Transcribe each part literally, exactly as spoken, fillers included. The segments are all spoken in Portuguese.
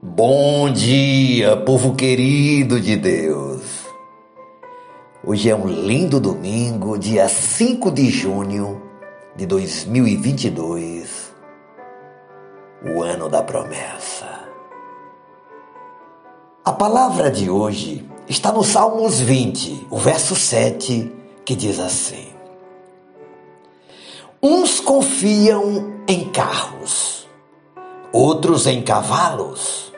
Bom dia, povo querido de Deus. Hoje é um lindo domingo, dia cinco de junho de dois mil e vinte e dois, o ano da promessa. A palavra de hoje está no Salmos vinte, o verso sete, que diz assim: Uns confiam em carros, outros em cavalos.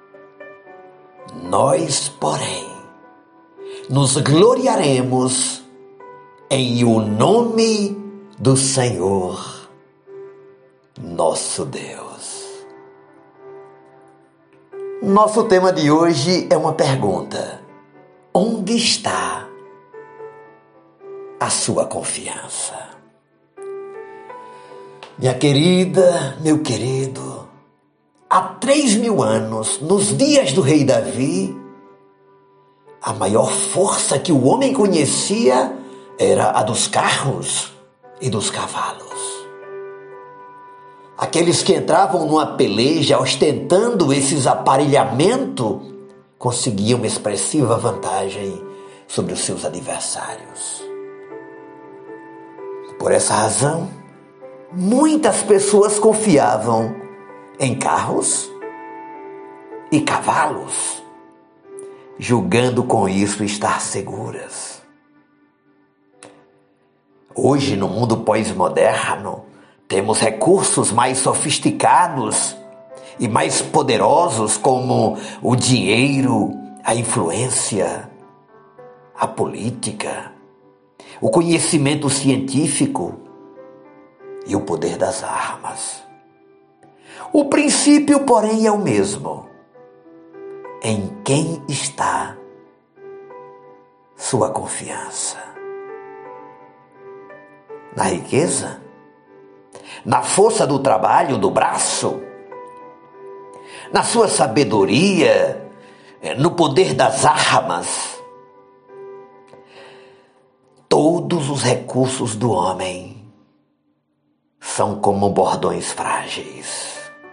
Nós, porém, nos gloriaremos em o nome do Senhor, nosso Deus. Nosso tema de hoje é uma pergunta: onde está a sua confiança? Minha querida, meu querido, há três mil anos, nos dias do rei Davi, a maior força que o homem conhecia era a dos carros e dos cavalos. Aqueles que entravam numa peleja ostentando esses aparelhamentos conseguiam expressiva vantagem sobre os seus adversários. Por essa razão, muitas pessoas confiavam em carros e cavalos, julgando com isso estar seguras. Hoje, no mundo pós-moderno, temos recursos mais sofisticados e mais poderosos como o dinheiro, a influência, a política, o conhecimento científico e o poder das armas. O princípio, porém, é o mesmo. Em quem está sua confiança? Na riqueza? Na força do trabalho, do braço? Na sua sabedoria? No poder das armas? Todos os recursos do homem são como bordões frágeis.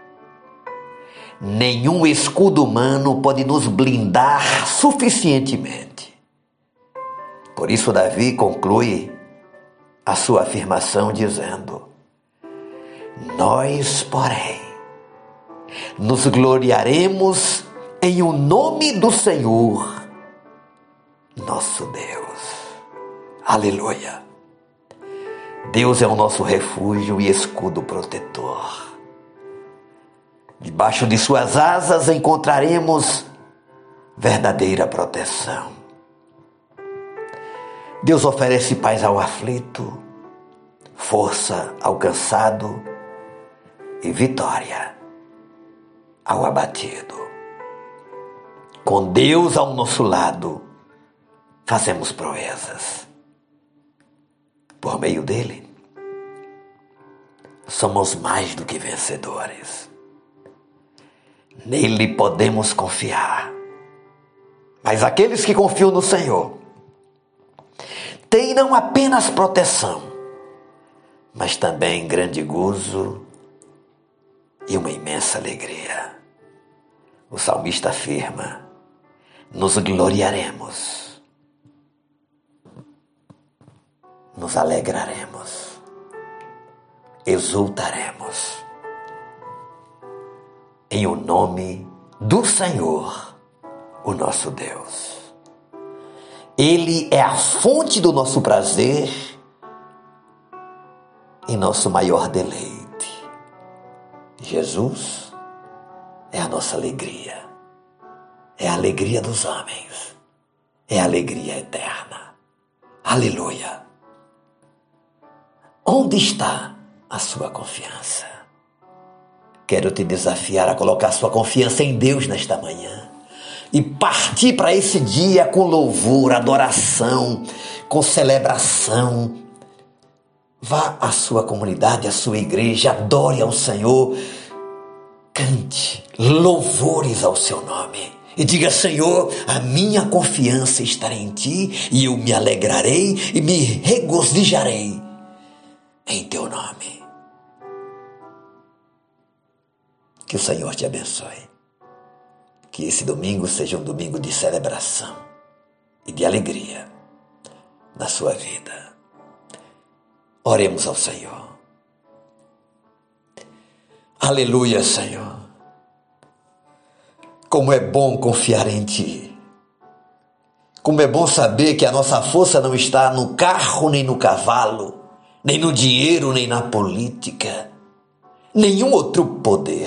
Nenhum escudo humano pode nos blindar suficientemente. Por isso Davi conclui a sua afirmação dizendo: Nós, porém, nos gloriaremos em o nome do Senhor, nosso Deus. Aleluia! Deus é o nosso refúgio e escudo protetor. Debaixo de suas asas encontraremos verdadeira proteção. Deus oferece paz ao aflito, força ao cansado e vitória ao abatido. Com Deus ao nosso lado, fazemos proezas. Por meio dele, somos mais do que vencedores. Nele podemos confiar. Mas aqueles que confiam no Senhor têm não apenas proteção, mas também grande gozo e uma imensa alegria. O salmista afirma: nos gloriaremos, nos alegraremos, exultaremos em o nome do Senhor, o nosso Deus. Ele é a fonte do nosso prazer e nosso maior deleite. Jesus é a nossa alegria, é a alegria dos homens, é a alegria eterna. Aleluia! Onde está a sua confiança? Quero te desafiar a colocar sua confiança em Deus nesta manhã e partir para esse dia com louvor, adoração, com celebração. Vá à sua comunidade, à sua igreja, adore ao Senhor, cante louvores ao seu nome e diga: Senhor, a minha confiança estará em Ti e eu me alegrarei e me regozijarei em Teu nome. Que o Senhor te abençoe. Que esse domingo seja um domingo de celebração e de alegria na sua vida. Oremos ao Senhor. Aleluia, Senhor. Como é bom confiar em Ti. Como é bom saber que a nossa força não está no carro, nem no cavalo, nem no dinheiro, nem na política, nenhum outro poder.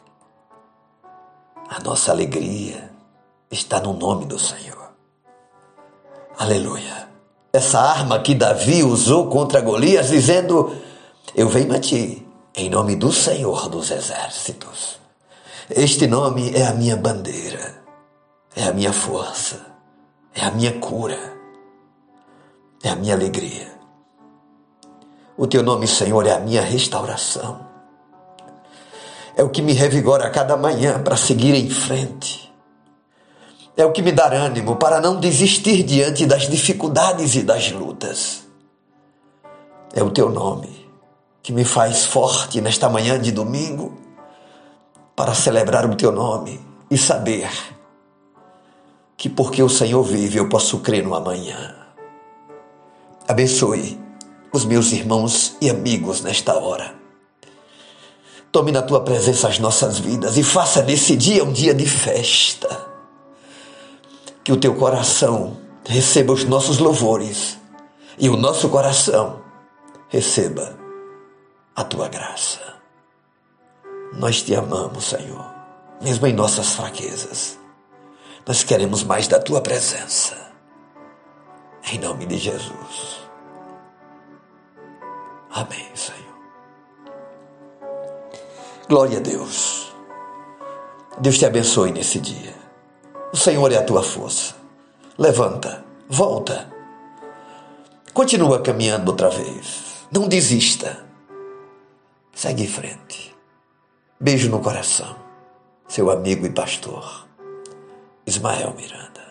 A nossa alegria está no nome do Senhor. Aleluia. Essa arma que Davi usou contra Golias, dizendo: eu venho a Ti em nome do Senhor dos Exércitos. Este nome é a minha bandeira, é a minha força, é a minha cura, é a minha alegria. O Teu nome, Senhor, é a minha restauração. É o que me revigora a cada manhã para seguir em frente. É o que me dá ânimo para não desistir diante das dificuldades e das lutas. É o Teu nome que me faz forte nesta manhã de domingo para celebrar o Teu nome e saber que porque o Senhor vive eu posso crer no amanhã. Abençoe os meus irmãos e amigos nesta hora. Tome na Tua presença as nossas vidas e faça desse dia um dia de festa. Que o Teu coração receba os nossos louvores e o nosso coração receba a Tua graça. Nós Te amamos, Senhor, mesmo em nossas fraquezas. Nós queremos mais da Tua presença. Em nome de Jesus. Amém, Senhor. Glória a Deus. Deus te abençoe nesse dia. O Senhor é a tua força. Levanta, volta. Continua caminhando outra vez. Não desista. Segue em frente. Beijo no coração. Seu amigo e pastor, Ismael Miranda.